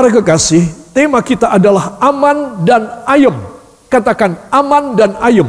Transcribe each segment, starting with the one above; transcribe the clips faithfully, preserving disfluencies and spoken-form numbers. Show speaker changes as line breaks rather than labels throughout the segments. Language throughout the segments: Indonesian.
Para kekasih, tema kita adalah aman dan ayem. Katakan aman dan ayem.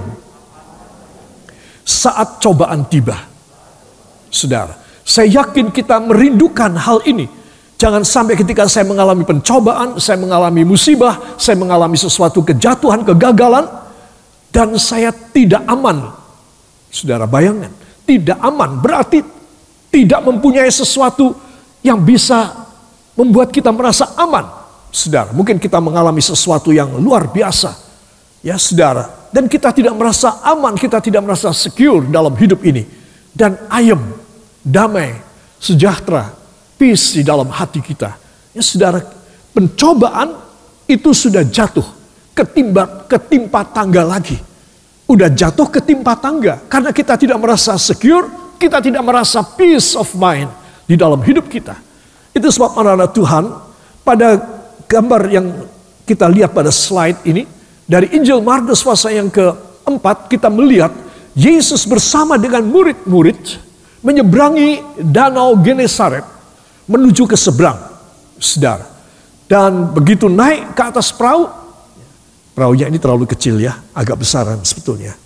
Saat cobaan tiba. Saudara, saya yakin kita merindukan hal ini. Jangan sampai ketika saya mengalami pencobaan, saya mengalami musibah, saya mengalami sesuatu kejatuhan, kegagalan, dan saya tidak aman. Saudara bayangkan, tidak aman berarti tidak mempunyai sesuatu yang bisa membuat kita merasa aman. Saudara, mungkin kita mengalami sesuatu yang luar biasa. Ya saudara, dan kita tidak merasa aman, kita tidak merasa secure dalam hidup ini. Dan ayem, damai, sejahtera, peace di dalam hati kita. Ya saudara, pencobaan itu sudah jatuh, ketimpa, ketimpa tangga lagi. Udah jatuh ketimpa tangga, karena kita tidak merasa secure, kita tidak merasa peace of mind di dalam hidup kita. Itu sebab anak-anak Tuhan, pada gambar yang kita lihat pada slide ini, dari Injil Markus pasal yang keempat, kita melihat Yesus bersama dengan murid-murid menyeberangi danau Genesaret menuju ke seberang, saudara. Dan begitu naik ke atas perahu, perahunya ini terlalu kecil ya, agak besaran sebetulnya.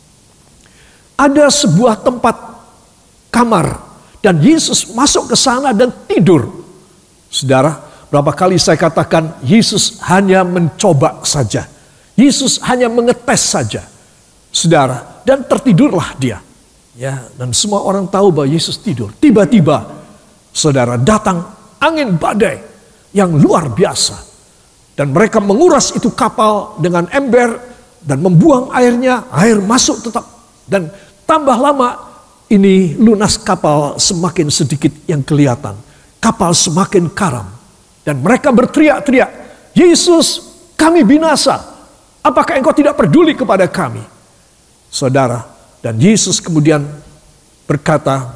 Ada sebuah tempat kamar, dan Yesus masuk ke sana dan tidur. Saudara, berapa kali saya katakan Yesus hanya mencoba saja. Yesus hanya mengetes saja. Saudara, dan tertidurlah dia. Ya, dan semua orang tahu bahwa Yesus tidur. Tiba-tiba, saudara, datang angin badai yang luar biasa. Dan mereka menguras itu kapal dengan ember dan membuang airnya, air masuk tetap. Dan tambah lama ini lunas kapal semakin sedikit yang kelihatan. Kapal semakin karam. Dan mereka berteriak-teriak, Yesus, kami binasa. Apakah engkau tidak peduli kepada kami? Saudara, dan Yesus kemudian berkata,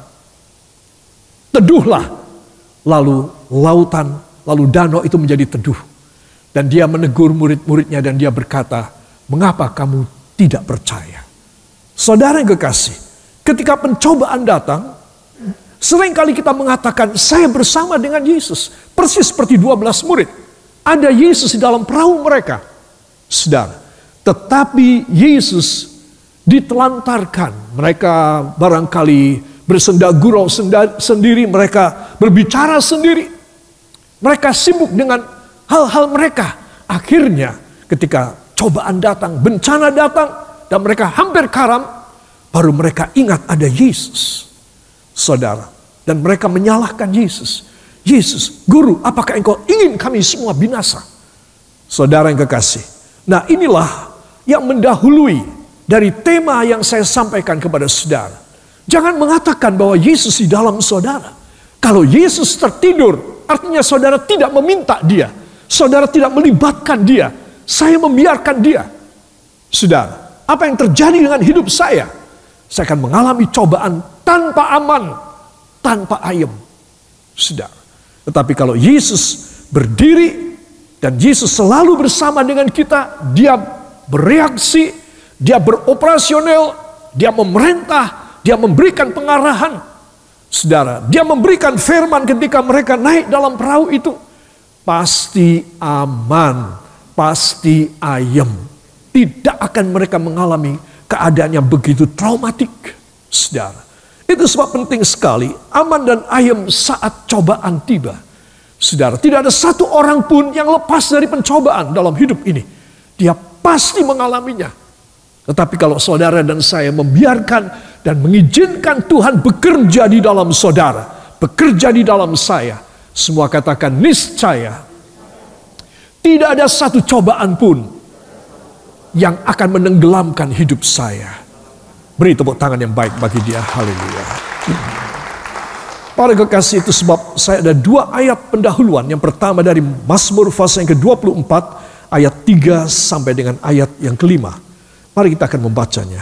teduhlah. Lalu lautan, lalu danau itu menjadi teduh. Dan dia menegur murid-muridnya dan dia berkata, mengapa kamu tidak percaya? Saudara yang kekasih, ketika pencobaan datang, seringkali kita mengatakan, saya bersama dengan Yesus. Persis seperti dua belas murid. Ada Yesus di dalam perahu mereka. Saudara, tetapi Yesus ditelantarkan. Mereka barangkali bersenda gurau sendiri. Mereka berbicara sendiri. Mereka sibuk dengan hal-hal mereka. Akhirnya ketika cobaan datang, bencana datang, dan mereka hampir karam, baru mereka ingat ada Yesus. Saudara, dan mereka menyalahkan Yesus. Yesus, guru, apakah engkau ingin kami semua binasa? Saudara yang kekasih. Nah, inilah yang mendahului dari tema yang saya sampaikan kepada saudara. Jangan mengatakan bahwa Yesus di dalam saudara. Kalau Yesus tertidur, artinya saudara tidak meminta dia. Saudara tidak melibatkan dia. Saya membiarkan dia. Saudara, apa yang terjadi dengan hidup saya? Saya akan mengalami cobaan tanpa aman, tanpa ayem. Saudara. Tetapi kalau Yesus berdiri dan Yesus selalu bersama dengan kita, dia bereaksi, dia beroperasional, dia memerintah, dia memberikan pengarahan. Saudara, dia memberikan firman ketika mereka naik dalam perahu itu. Pasti aman, pasti ayem. Tidak akan mereka mengalami keadaan yang begitu traumatik. Saudara, itu sebab penting sekali aman dan ayem saat cobaan tiba. Saudara, tidak ada satu orang pun yang lepas dari pencobaan dalam hidup ini. Dia pasti mengalaminya. Tetapi kalau saudara dan saya membiarkan dan mengizinkan Tuhan bekerja di dalam saudara, bekerja di dalam saya, semua katakan niscaya tidak ada satu cobaan pun yang akan menenggelamkan hidup saya. Beri tepuk tangan yang baik bagi dia. Haleluya. Para kekasih, itu sebab saya ada dua ayat pendahuluan. Yang pertama dari Mazmur pasal yang ke dua puluh empat ayat tiga sampai dengan ayat yang kelima. Mari kita akan membacanya.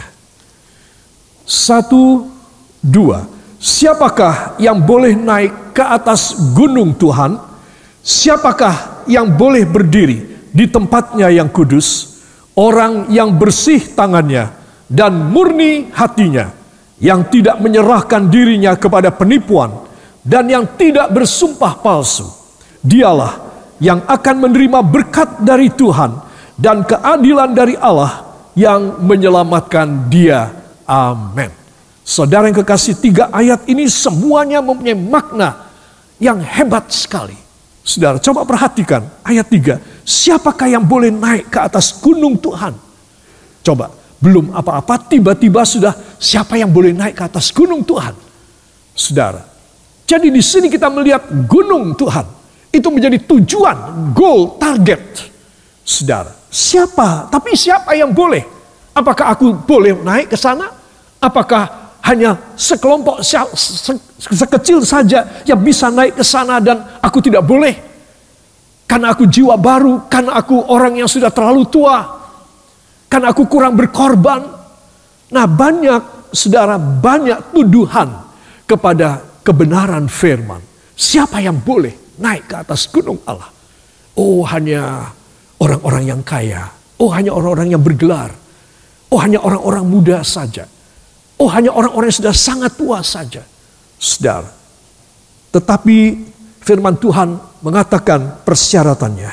Satu, dua. Siapakah yang boleh naik ke atas gunung Tuhan? Siapakah yang boleh berdiri di tempatnya yang kudus? Orang yang bersih tangannya dan murni hatinya, yang tidak menyerahkan dirinya kepada penipuan dan yang tidak bersumpah palsu. Dialah yang akan menerima berkat dari Tuhan dan keadilan dari Allah yang menyelamatkan dia. Amin. Saudara yang kekasih, tiga ayat ini semuanya mempunyai makna yang hebat sekali. Saudara, coba perhatikan ayat tiga. Siapakah yang boleh naik ke atas gunung Tuhan? Coba, belum apa-apa tiba-tiba sudah siapa yang boleh naik ke atas gunung Tuhan? Saudara, jadi di sini kita melihat gunung Tuhan. Itu menjadi tujuan, goal, target. Saudara, siapa? Tapi siapa yang boleh? Apakah aku boleh naik ke sana? Apakah hanya sekelompok sekecil saja yang bisa naik ke sana dan aku tidak boleh? Karena aku jiwa baru, karena aku orang yang sudah terlalu tua, karena aku kurang berkorban. Nah, banyak, saudara, banyak tuduhan kepada kebenaran firman. Siapa yang boleh naik ke atas gunung Allah? Oh, hanya orang-orang yang kaya. Oh, hanya orang-orang yang bergelar. Oh, hanya orang-orang muda saja. Oh, hanya orang-orang yang sudah sangat tua saja. Saudara, tetapi firman Tuhan mengatakan persyaratannya.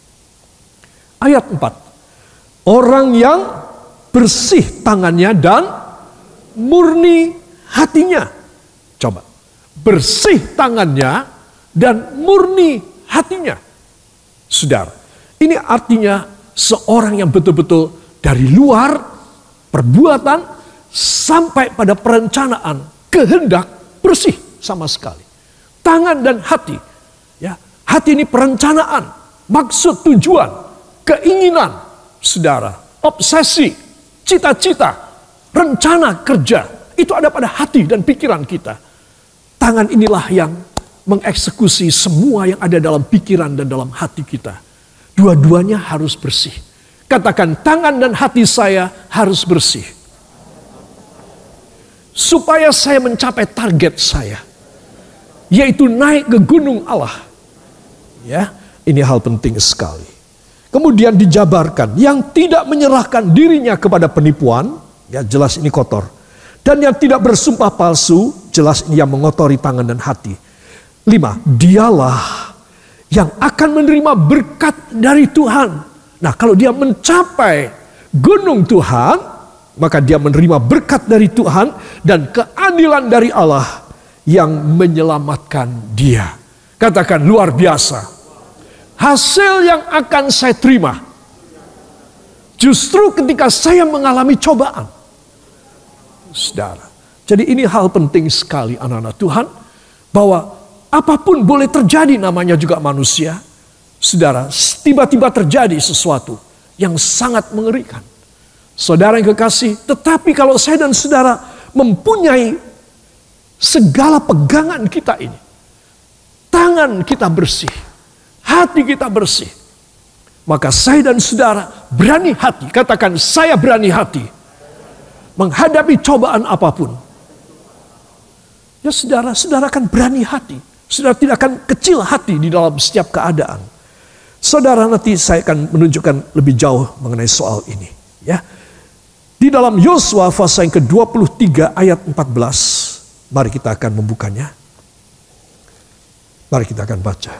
Ayat empat. Orang yang bersih tangannya dan murni hatinya. Coba. Bersih tangannya dan murni hatinya. Saudara, ini artinya seorang yang betul-betul dari luar perbuatan sampai pada perencanaan kehendak bersih sama sekali. Tangan dan hati. Ya, hati ini perencanaan, maksud, tujuan, keinginan. Saudara, obsesi, cita-cita, rencana kerja, itu ada pada hati dan pikiran kita. Tangan inilah yang mengeksekusi semua yang ada dalam pikiran dan dalam hati kita. Dua-duanya harus bersih. Katakan, tangan dan hati saya harus bersih. Supaya saya mencapai target saya, yaitu naik ke gunung Allah. Ya, ini hal penting sekali. Kemudian dijabarkan, yang tidak menyerahkan dirinya kepada penipuan, ya jelas ini kotor. Dan yang tidak bersumpah palsu, jelas ini yang mengotori tangan dan hati. Lima, dialah yang akan menerima berkat dari Tuhan. Nah, kalau dia mencapai gunung Tuhan, maka dia menerima berkat dari Tuhan dan keadilan dari Allah yang menyelamatkan dia. Katakan, luar biasa. Hasil yang akan saya terima justru ketika saya mengalami cobaan. Saudara, jadi ini hal penting sekali anak-anak Tuhan, bahwa apapun boleh terjadi, namanya juga manusia. Saudara, tiba-tiba terjadi sesuatu yang sangat mengerikan. Saudara yang kekasih, tetapi kalau saya dan saudara mempunyai segala pegangan kita ini, tangan kita bersih, hati kita bersih, maka saya dan saudara berani hati. Katakan, saya berani hati menghadapi cobaan apapun. Ya saudara, saudara akan berani hati. Saudara tidak akan kecil hati di dalam setiap keadaan. Saudara, nanti saya akan menunjukkan lebih jauh mengenai soal ini. Ya, di dalam Yosua pasal yang ke dua puluh tiga ayat empat belas. Mari kita akan membukanya. Mari kita akan baca.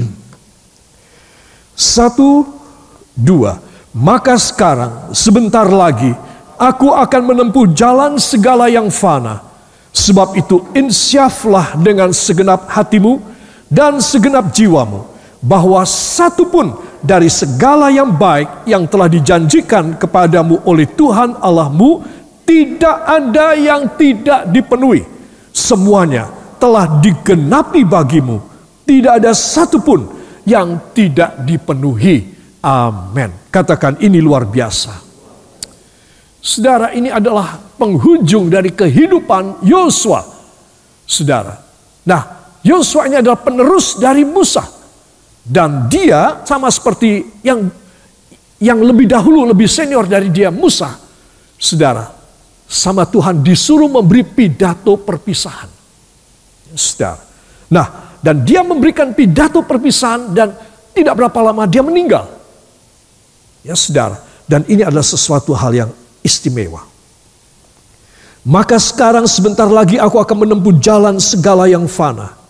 Satu, dua. Maka sekarang sebentar lagi aku akan menempuh jalan segala yang fana. Sebab itu insyaflah dengan segenap hatimu dan segenap jiwamu, bahwa satu pun dari segala yang baik yang telah dijanjikan kepadamu oleh Tuhan Allahmu tidak ada yang tidak dipenuhi. Semuanya telah digenapi bagimu. Tidak ada satu pun yang tidak dipenuhi. Amin. Katakan, ini luar biasa. Saudara, ini adalah penghujung dari kehidupan Yosua. Saudara. Nah, Yosua ini adalah penerus dari Musa. Dan dia sama seperti yang yang lebih dahulu, lebih senior dari dia, Musa. Saudara, sama Tuhan disuruh memberi pidato perpisahan. Saudara. Nah, dan dia memberikan pidato perpisahan dan tidak berapa lama dia meninggal. Ya saudara, dan ini adalah sesuatu hal yang istimewa. Maka sekarang sebentar lagi aku akan menempuh jalan segala yang fana.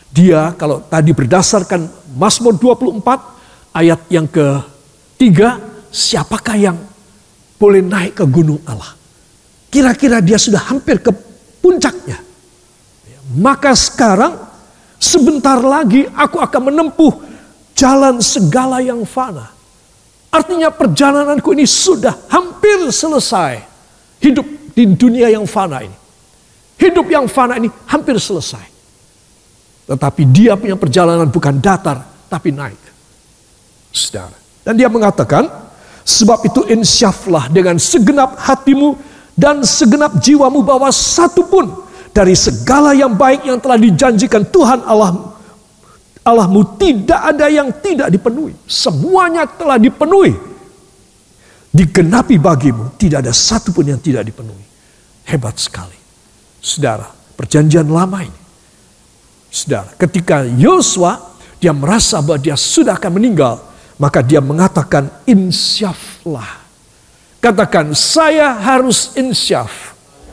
Dia kalau tadi berdasarkan Mazmur dua puluh empat ayat yang ketiga, siapakah yang boleh naik ke gunung Allah? Kira-kira dia sudah hampir ke puncaknya. Maka sekarang sebentar lagi aku akan menempuh jalan segala yang fana. Artinya perjalananku ini sudah hampir selesai. Hidup di dunia yang fana ini. Hidup yang fana ini hampir selesai. Tetapi dia punya perjalanan bukan datar, tapi naik. Saudara. Dan dia mengatakan, sebab itu insyaflah dengan segenap hatimu dan segenap jiwamu bahwa satupun dari segala yang baik yang telah dijanjikan Tuhan Allahmu, Allahmu tidak ada yang tidak dipenuhi. Semuanya telah dipenuhi. Digenapi bagimu, tidak ada satupun yang tidak dipenuhi. Hebat sekali. Saudara, perjanjian lama ini. Saudara, ketika Yosua, dia merasa bahwa dia sudah akan meninggal, maka dia mengatakan insyaflah. Katakan, saya harus insyaf.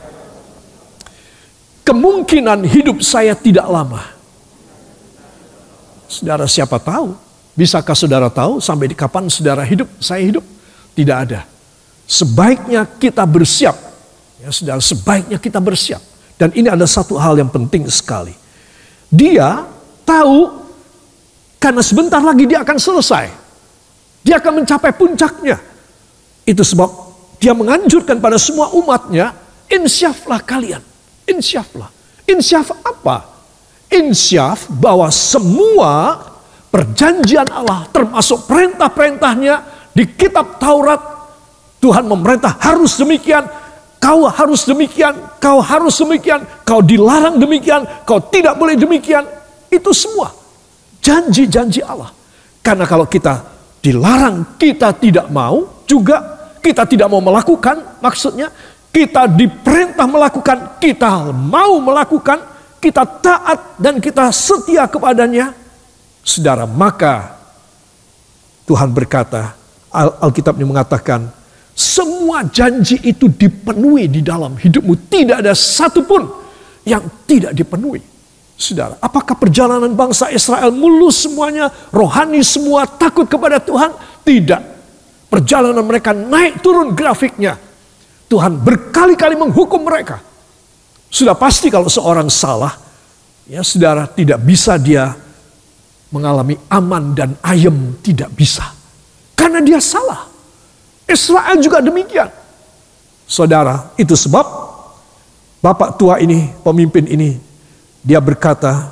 Kemungkinan hidup saya tidak lama. Saudara, siapa tahu? Bisakah saudara tahu sampai di kapan saudara hidup, saya hidup? Tidak ada. Sebaiknya kita bersiap. Ya, saudara, sebaiknya kita bersiap. Dan ini ada satu hal yang penting sekali. Dia tahu karena sebentar lagi dia akan selesai. Dia akan mencapai puncaknya. Itu sebab dia menganjurkan pada semua umatnya, insyaflah kalian. Insyaflah. Insyaf apa? Insyaf bahwa semua perjanjian Allah termasuk perintah-perintahnya di kitab Taurat, Tuhan memerintah harus demikian, kau harus demikian, kau harus demikian, kau dilarang demikian, kau tidak boleh demikian. Itu semua janji-janji Allah. Karena kalau kita dilarang, kita tidak mau, juga kita tidak mau melakukan, maksudnya kita diperintah melakukan, kita mau melakukan, kita taat dan kita setia kepadanya. Saudara, maka Tuhan berkata, Alkitab ini mengatakan, semua janji itu dipenuhi di dalam hidupmu. Tidak ada satupun yang tidak dipenuhi. Saudara, apakah perjalanan bangsa Israel mulus semuanya, rohani semua, takut kepada Tuhan? Tidak. Perjalanan mereka naik turun grafiknya. Tuhan berkali-kali menghukum mereka. Sudah pasti kalau seorang salah, ya saudara, tidak bisa dia mengalami aman dan ayem, tidak bisa. Karena dia salah. Israel juga demikian. Saudara, itu sebab bapak tua ini, pemimpin ini, dia berkata,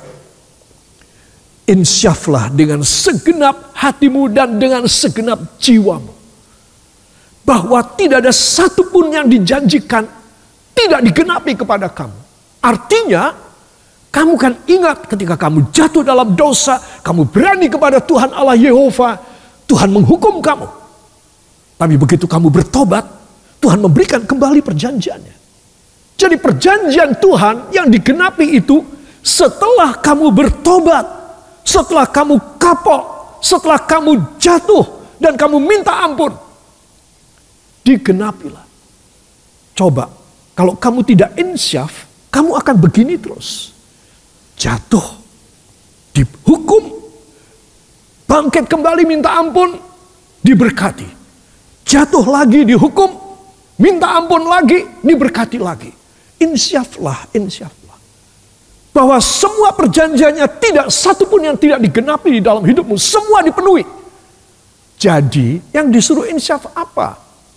insyaflah dengan segenap hatimu dan dengan segenap jiwamu. Bahwa tidak ada satupun yang dijanjikan tidak digenapi kepada kamu. Artinya, kamu kan ingat ketika kamu jatuh dalam dosa, kamu berani kepada Tuhan Allah Yehova, Tuhan menghukum kamu. Tapi begitu kamu bertobat, Tuhan memberikan kembali perjanjiannya. Jadi perjanjian Tuhan yang digenapi itu setelah kamu bertobat, setelah kamu kapok, setelah kamu jatuh dan kamu minta ampun. Digenapilah. Coba, kalau kamu tidak insyaf, kamu akan begini terus. Jatuh, dihukum, bangkit kembali minta ampun, diberkati. Jatuh lagi dihukum, minta ampun lagi, diberkati lagi. Insyaflah, insyaflah. Bahwa semua perjanjiannya tidak satupun yang tidak digenapi di dalam hidupmu. Semua dipenuhi. Jadi yang disuruh insyaf apa?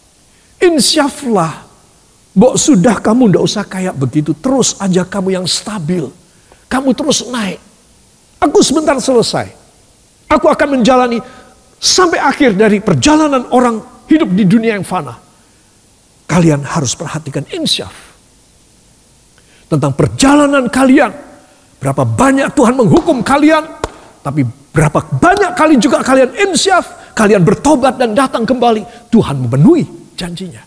Insyaflah. Mbok sudah kamu ndak usah kayak begitu. Terus aja kamu yang stabil. Kamu terus naik. Aku sebentar selesai. Aku akan menjalani sampai akhir dari perjalanan orang hidup di dunia yang fana. Kalian harus perhatikan insyaf. Tentang perjalanan kalian. Berapa banyak Tuhan menghukum kalian. Tapi berapa banyak kali juga kalian insyaf. Kalian bertobat dan datang kembali. Tuhan memenuhi janjinya.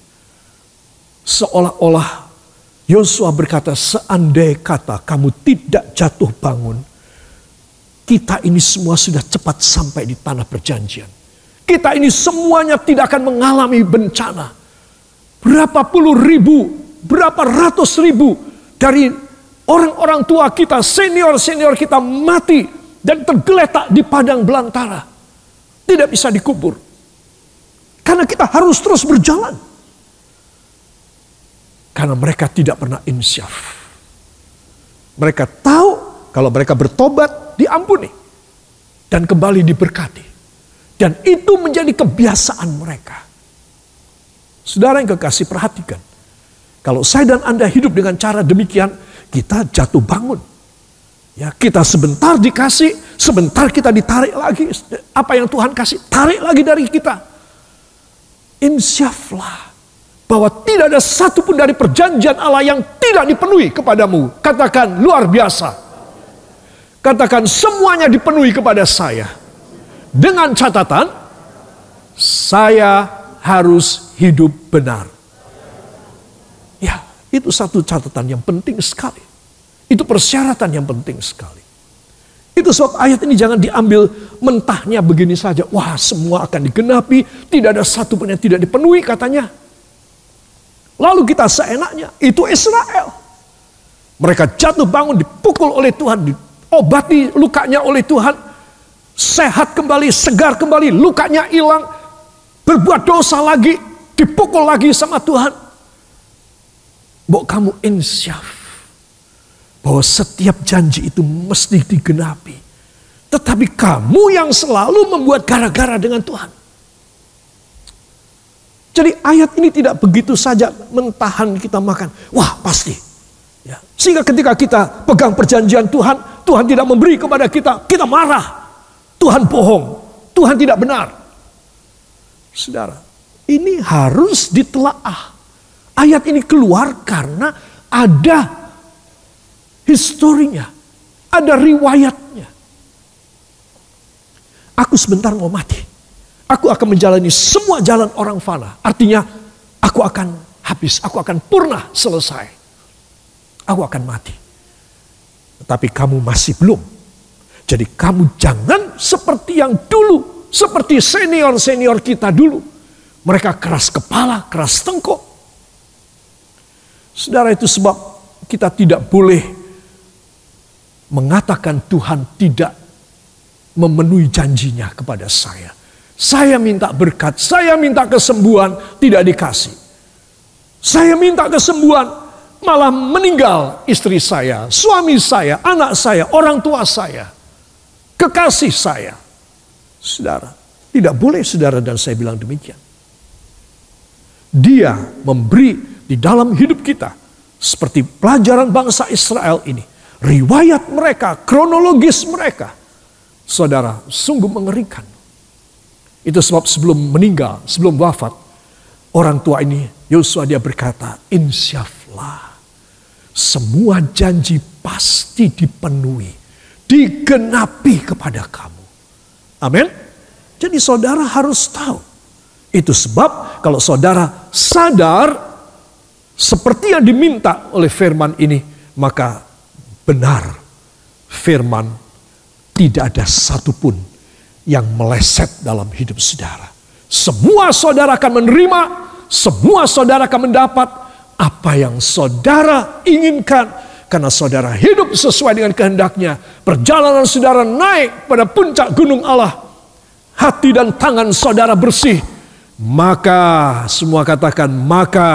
Seolah-olah Yosua berkata, seandai kata kamu tidak jatuh bangun, kita ini semua sudah cepat sampai di tanah perjanjian. Kita ini semuanya tidak akan mengalami bencana. Berapa puluh ribu, berapa ratus ribu dari Orang-orang tua kita, senior-senior kita mati dan tergeletak di padang belantara. Tidak bisa dikubur. Karena kita harus terus berjalan. Karena mereka tidak pernah insyaf. Mereka tahu kalau mereka bertobat diampuni. Dan kembali diberkati. Dan itu menjadi kebiasaan mereka. Saudara yang kekasih, perhatikan. Kalau saya dan Anda hidup dengan cara demikian, kita jatuh bangun. Ya, kita sebentar dikasih, sebentar kita ditarik lagi. Apa yang Tuhan kasih, tarik lagi dari kita. Insyaflah bahwa tidak ada satupun dari perjanjian Allah yang tidak dipenuhi kepadamu. Katakan luar biasa. Katakan semuanya dipenuhi kepada saya. Dengan catatan, saya harus hidup benar. Ya, itu satu catatan yang penting sekali. Itu persyaratan yang penting sekali. Itu sebab ayat ini jangan diambil mentahnya begini saja. Wah, semua akan digenapi, tidak ada satu pun yang tidak dipenuhi katanya. Lalu kita seenaknya, itu Israel. Mereka jatuh bangun, dipukul oleh Tuhan, diobati lukanya oleh Tuhan. Sehat kembali, segar kembali, lukanya hilang. Berbuat dosa lagi, dipukul lagi sama Tuhan. Bahwa kamu insyaf bahwa setiap janji itu mesti digenapi. Tetapi kamu yang selalu membuat gara-gara dengan Tuhan. Jadi ayat ini tidak begitu saja mentahan kita makan. Wah, pasti. Ya. Sehingga ketika kita pegang perjanjian Tuhan, Tuhan tidak memberi kepada kita, kita marah. Tuhan bohong, Tuhan tidak benar. Saudara, ini harus ditelaah. Ayat ini keluar karena ada historinya, ada riwayatnya. Aku sebentar mau mati. Aku akan menjalani semua jalan orang fana. Artinya aku akan habis, aku akan purna, selesai. Aku akan mati. Tetapi kamu masih belum. Jadi kamu jangan seperti yang dulu, seperti senior-senior kita dulu. Mereka keras kepala, keras tengkuk. Saudara, itu sebab kita tidak boleh mengatakan Tuhan tidak memenuhi janjinya kepada saya. Saya minta berkat, saya minta kesembuhan, tidak dikasih. Saya minta kesembuhan, malah meninggal istri saya, suami saya, anak saya, orang tua saya, kekasih saya. Saudara, tidak boleh saudara dan saya bilang demikian. Dia memberi di dalam hidup kita, seperti pelajaran bangsa Israel ini, riwayat mereka, kronologis mereka, saudara, sungguh mengerikan. Itu sebab sebelum meninggal, sebelum wafat, orang tua ini, Yosua, dia berkata, insyaflah, semua janji pasti dipenuhi, digenapi kepada kamu. Amin. Jadi saudara harus tahu. Itu sebab kalau saudara sadar seperti yang diminta oleh firman ini, maka benar firman tidak ada satupun yang meleset dalam hidup saudara. Semua saudara akan menerima, semua saudara akan mendapat apa yang saudara inginkan. Karena saudara hidup sesuai dengan kehendaknya. Perjalanan saudara naik pada puncak gunung Allah. Hati dan tangan saudara bersih. Maka, semua katakan, maka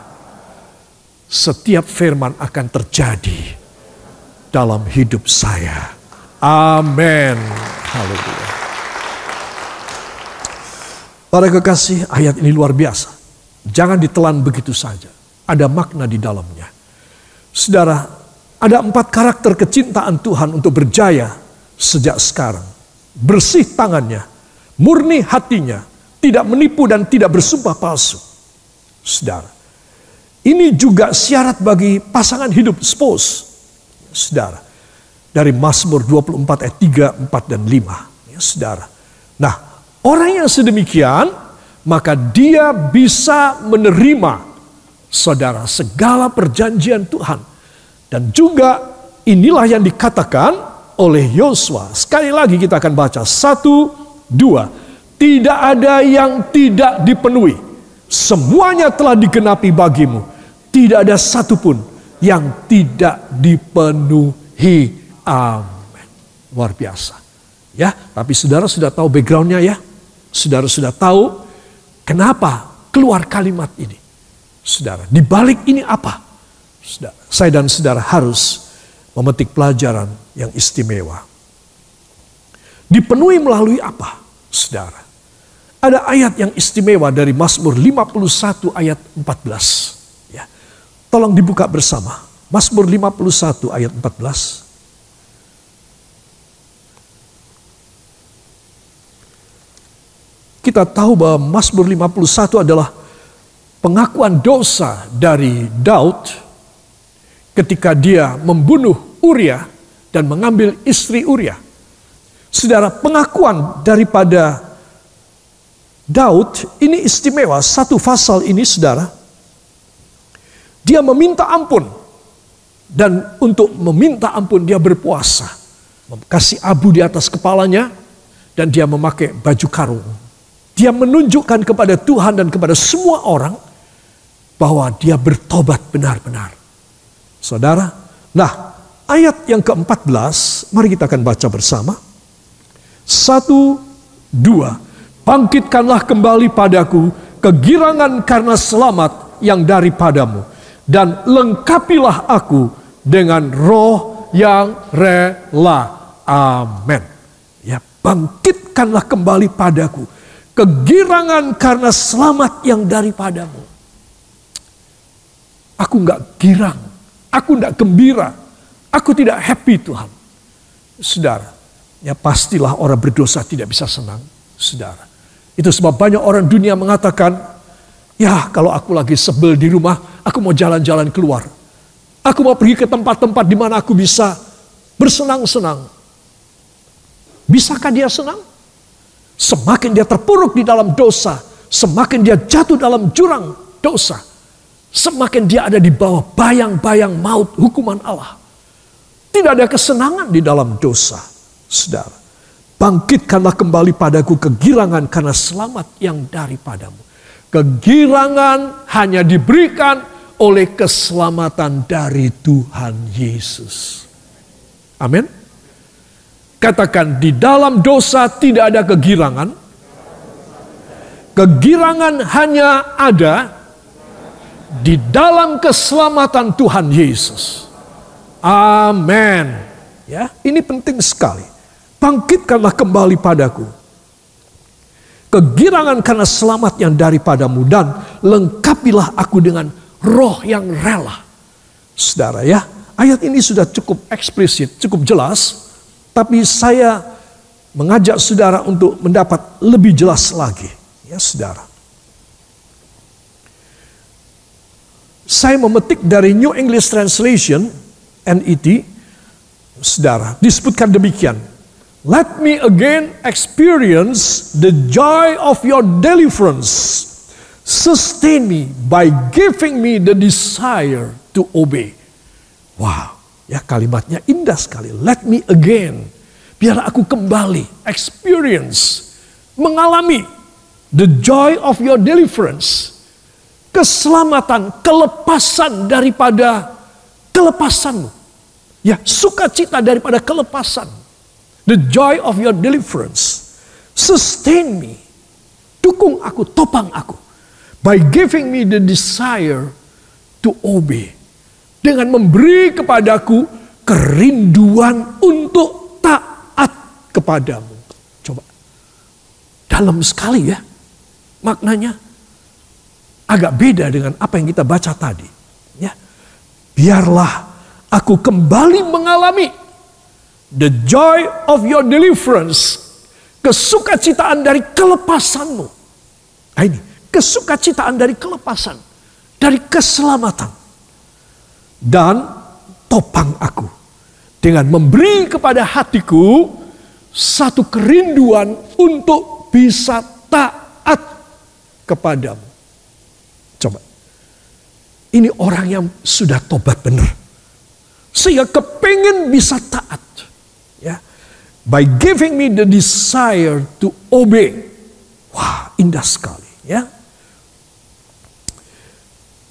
setiap firman akan terjadi dalam hidup saya. Amin. Haleluya. Para kekasih, ayat ini luar biasa. Jangan ditelan begitu saja. Ada makna di dalamnya. Saudara, ada empat karakter kecintaan Tuhan untuk berjaya sejak sekarang. Bersih tangannya, murni hatinya, tidak menipu dan tidak bersumpah palsu. Saudara, ini juga syarat bagi pasangan hidup, spouse. Saudara, dari Mazmur dua puluh empat ayat tiga, empat dan lima. Ya, saudara. Nah, orang yang sedemikian, maka dia bisa menerima, saudara, segala perjanjian Tuhan. Dan juga inilah yang dikatakan oleh Yosua. Sekali lagi kita akan baca. Satu, dua. Tidak ada yang tidak dipenuhi. Semuanya telah digenapi bagimu. Tidak ada satupun yang tidak dipenuhi. Amin. Luar biasa. Ya, tapi saudara sudah tahu backgroundnya ya. Saudara sudah tahu kenapa keluar kalimat ini. Saudara, di balik ini apa? Saudara, saya dan saudara harus memetik pelajaran yang istimewa. Dipenuhi melalui apa? Saudara, ada ayat yang istimewa dari Mazmur lima puluh satu ayat empat belas. Ya. Tolong dibuka bersama. Mazmur lima puluh satu ayat empat belas. Kita tahu bahwa Mazmur lima puluh satu adalah pengakuan dosa dari Daud ketika dia membunuh Uria dan mengambil istri Uria. Saudara, pengakuan daripada Daud ini istimewa. Satu pasal ini saudara, dia meminta ampun. Dan untuk meminta ampun dia berpuasa. Kasih abu di atas kepalanya dan dia memakai baju karung. Dia menunjukkan kepada Tuhan dan kepada semua orang bahwa dia bertobat benar-benar. Saudara, nah ayat yang keempat belas, mari kita akan baca bersama. Satu, dua. Bangkitkanlah kembali padaku kegirangan karena selamat yang daripadamu. Dan lengkapilah aku dengan roh yang rela. Amin. Ya, bangkitkanlah kembali padaku kegirangan karena selamat yang daripadamu. Aku enggak girang, aku enggak gembira, aku tidak happy Tuhan. Saudara, ya pastilah orang berdosa tidak bisa senang, saudara. Itu sebab banyak orang dunia mengatakan, ya kalau aku lagi sebel di rumah, aku mau jalan-jalan keluar. Aku mau pergi ke tempat-tempat di mana aku bisa bersenang-senang. Bisakah dia senang? Semakin dia terpuruk di dalam dosa, semakin dia jatuh dalam jurang dosa, semakin dia ada di bawah bayang-bayang maut hukuman Allah. Tidak ada kesenangan di dalam dosa. Saudara, bangkitkanlah kembali padaku kegirangan karena selamat yang daripadamu. Kegirangan hanya diberikan oleh keselamatan dari Tuhan Yesus. Amin. Katakan, di dalam dosa tidak ada kegirangan. Kegirangan hanya ada di dalam keselamatan Tuhan Yesus. Amin. Ya, ini penting sekali. Bangkitkanlah kembali padaku kegirangan karena selamat yang daripadamu, dan lengkapilah aku dengan roh yang rela. Saudara ya, ayat ini sudah cukup eksplisit, cukup jelas. Tapi saya mengajak saudara untuk mendapat lebih jelas lagi. Ya saudara. Saya memetik dari New English Translation, N E T. Saudara, disebutkan demikian. Let me again experience the joy of your deliverance. Sustain me by giving me the desire to obey. Wow. Ya, kalimatnya indah sekali. Let me again. Biar aku kembali. Experience. Mengalami. The joy of your deliverance. Keselamatan. Kelepasan daripada kelepasanmu. Ya, sukacita daripada kelepasan. The joy of your deliverance. Sustain me. Dukung aku, topang aku. By giving me the desire to obey. Dengan memberi kepadaku kerinduan untuk taat kepadamu. Coba. Dalam sekali ya. Maknanya agak beda dengan apa yang kita baca tadi. Ya. Biarlah aku kembali mengalami the joy of your deliverance. Kesukacitaan dari kelepasanmu. Nah ini. Kesukacitaan dari kelepasan. Dari keselamatan. Dan topang aku dengan memberi kepada hatiku satu kerinduan untuk bisa taat kepadamu. Coba. Ini orang yang sudah tobat benar. Sehingga kepingin bisa taat. Ya. By giving me the desire to obey. Wah, indah sekali. Ya.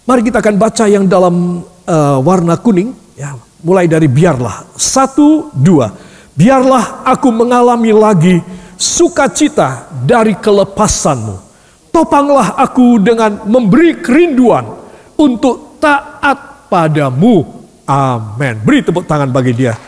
Mari kita akan baca yang dalam uh, warna kuning. Ya, mulai dari biarlah. Satu, dua. Biarlah aku mengalami lagi sukacita dari kelepasanmu. Topanglah aku dengan memberi kerinduan untuk taat padamu. Amin. Beri tepuk tangan bagi dia.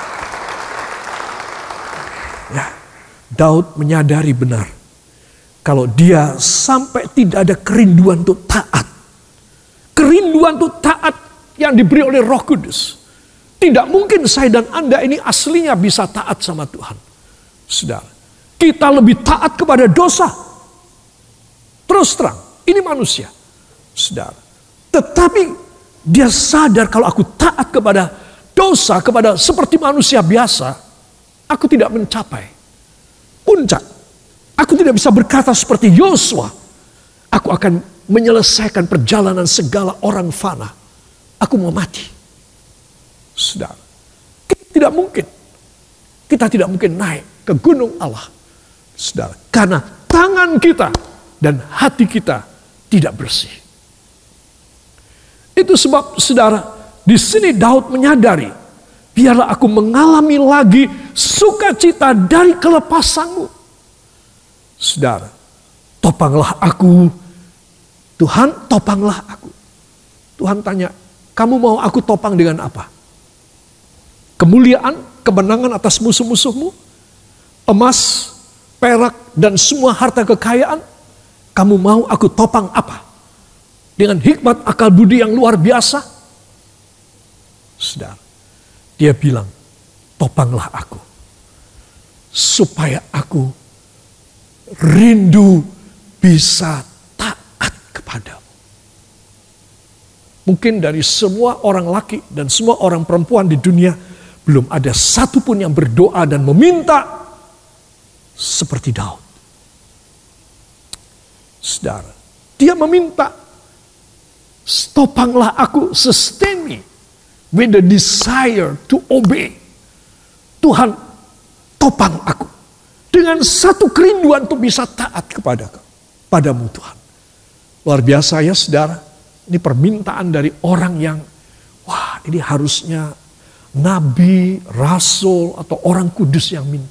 Ya, Daud menyadari benar kalau dia sampai tidak ada kerinduan untuk taat. Kerinduan untuk taat yang diberi oleh Roh Kudus. Tidak mungkin saya dan Anda ini aslinya bisa taat sama Tuhan. Saudara, kita lebih taat kepada dosa. Terus terang, ini manusia. Saudara, tetapi dia sadar kalau aku taat kepada dosa, kepada seperti manusia biasa, aku tidak mencapai puncak. Aku tidak bisa berkata seperti Yosua, aku akan menyelesaikan perjalanan segala orang fana. Aku mau mati. Saudara, kita tidak mungkin. Kita tidak mungkin naik ke gunung Allah. Saudara, karena tangan kita dan hati kita tidak bersih. Itu sebab, saudara, di sini Daud menyadari, biarlah aku mengalami lagi sukacita dari kelepasanmu. Saudara, topanglah aku. Tuhan, topanglah aku. Tuhan tanya, kamu mau aku topang dengan apa? Kemuliaan, kemenangan atas musuh-musuhmu? Emas, perak, dan semua harta kekayaan? Kamu mau aku topang apa? Dengan hikmat akal budi yang luar biasa? Saudara, dia bilang, topanglah aku. Supaya aku rindu bisa taat kepadamu. Mungkin dari semua orang laki dan semua orang perempuan di dunia, belum ada satupun yang berdoa dan meminta seperti Daud. Saudara, dia meminta, topanglah aku, sustain me with the desire to obey. Tuhan, topang aku dengan satu kerinduan untuk bisa taat kepada padamu Tuhan. Luar biasa ya saudara, ini permintaan dari orang yang, wah ini harusnya nabi, rasul, atau orang kudus yang minta.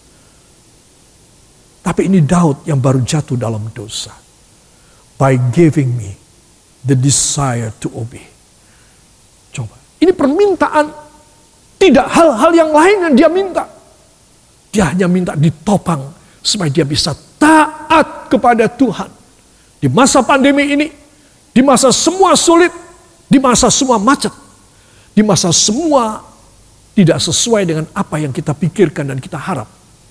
Tapi ini Daud yang baru jatuh dalam dosa. By giving me the desire to obey. Coba, ini permintaan, tidak hal-hal yang lain yang dia minta. Dia hanya minta ditopang supaya dia bisa taat kepada Tuhan. Di masa pandemi ini, di masa semua sulit, di masa semua macet, di masa semua tidak sesuai dengan apa yang kita pikirkan dan kita harap.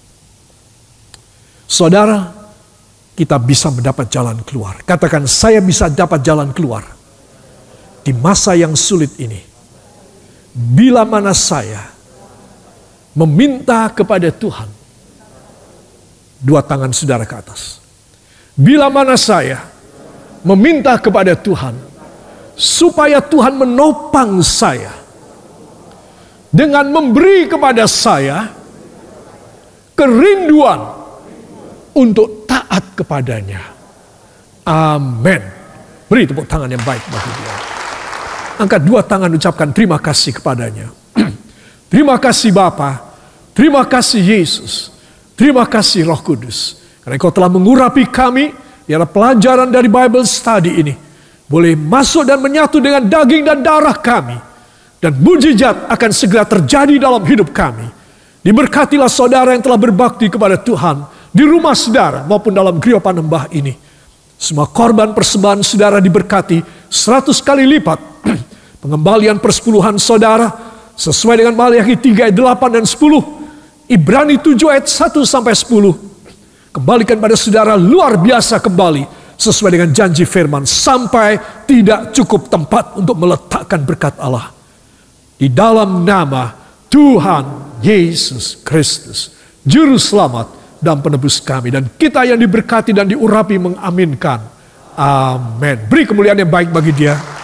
Saudara, kita bisa mendapat jalan keluar. Katakan, saya bisa dapat jalan keluar di masa yang sulit ini. Bila mana saya meminta kepada Tuhan, dua tangan saudara ke atas. Bila mana saya meminta kepada Tuhan, supaya Tuhan menopang saya, dengan memberi kepada saya kerinduan untuk taat kepadanya. Amin. Beri tepuk tangan yang baik bagi dia. Angkat dua tangan, ucapkan terima kasih kepadanya. Terima kasih Bapa, terima kasih Yesus, terima kasih Roh Kudus. Karena Engkau telah mengurapi kami, biar pelajaran dari Bible Study ini boleh masuk dan menyatu dengan daging dan darah kami. Dan mujizat akan segera terjadi dalam hidup kami. Diberkatilah saudara yang telah berbakti kepada Tuhan di rumah saudara maupun dalam gereja Panembah ini. Semua korban persembahan saudara diberkati seratus kali lipat. Pengembalian persepuluhan saudara sesuai dengan Maliaki tiga ayat delapan dan sepuluh. Ibrani tujuh ayat satu sampai sepuluh. Kembalikan pada saudara luar biasa kembali sesuai dengan janji firman. Sampai tidak cukup tempat untuk meletakkan berkat Allah. Di dalam nama Tuhan Yesus Kristus, Juru Selamat dan Penebus kami. Dan kita yang diberkati dan diurapi mengaminkan. Amin. Beri kemuliaan yang baik bagi dia.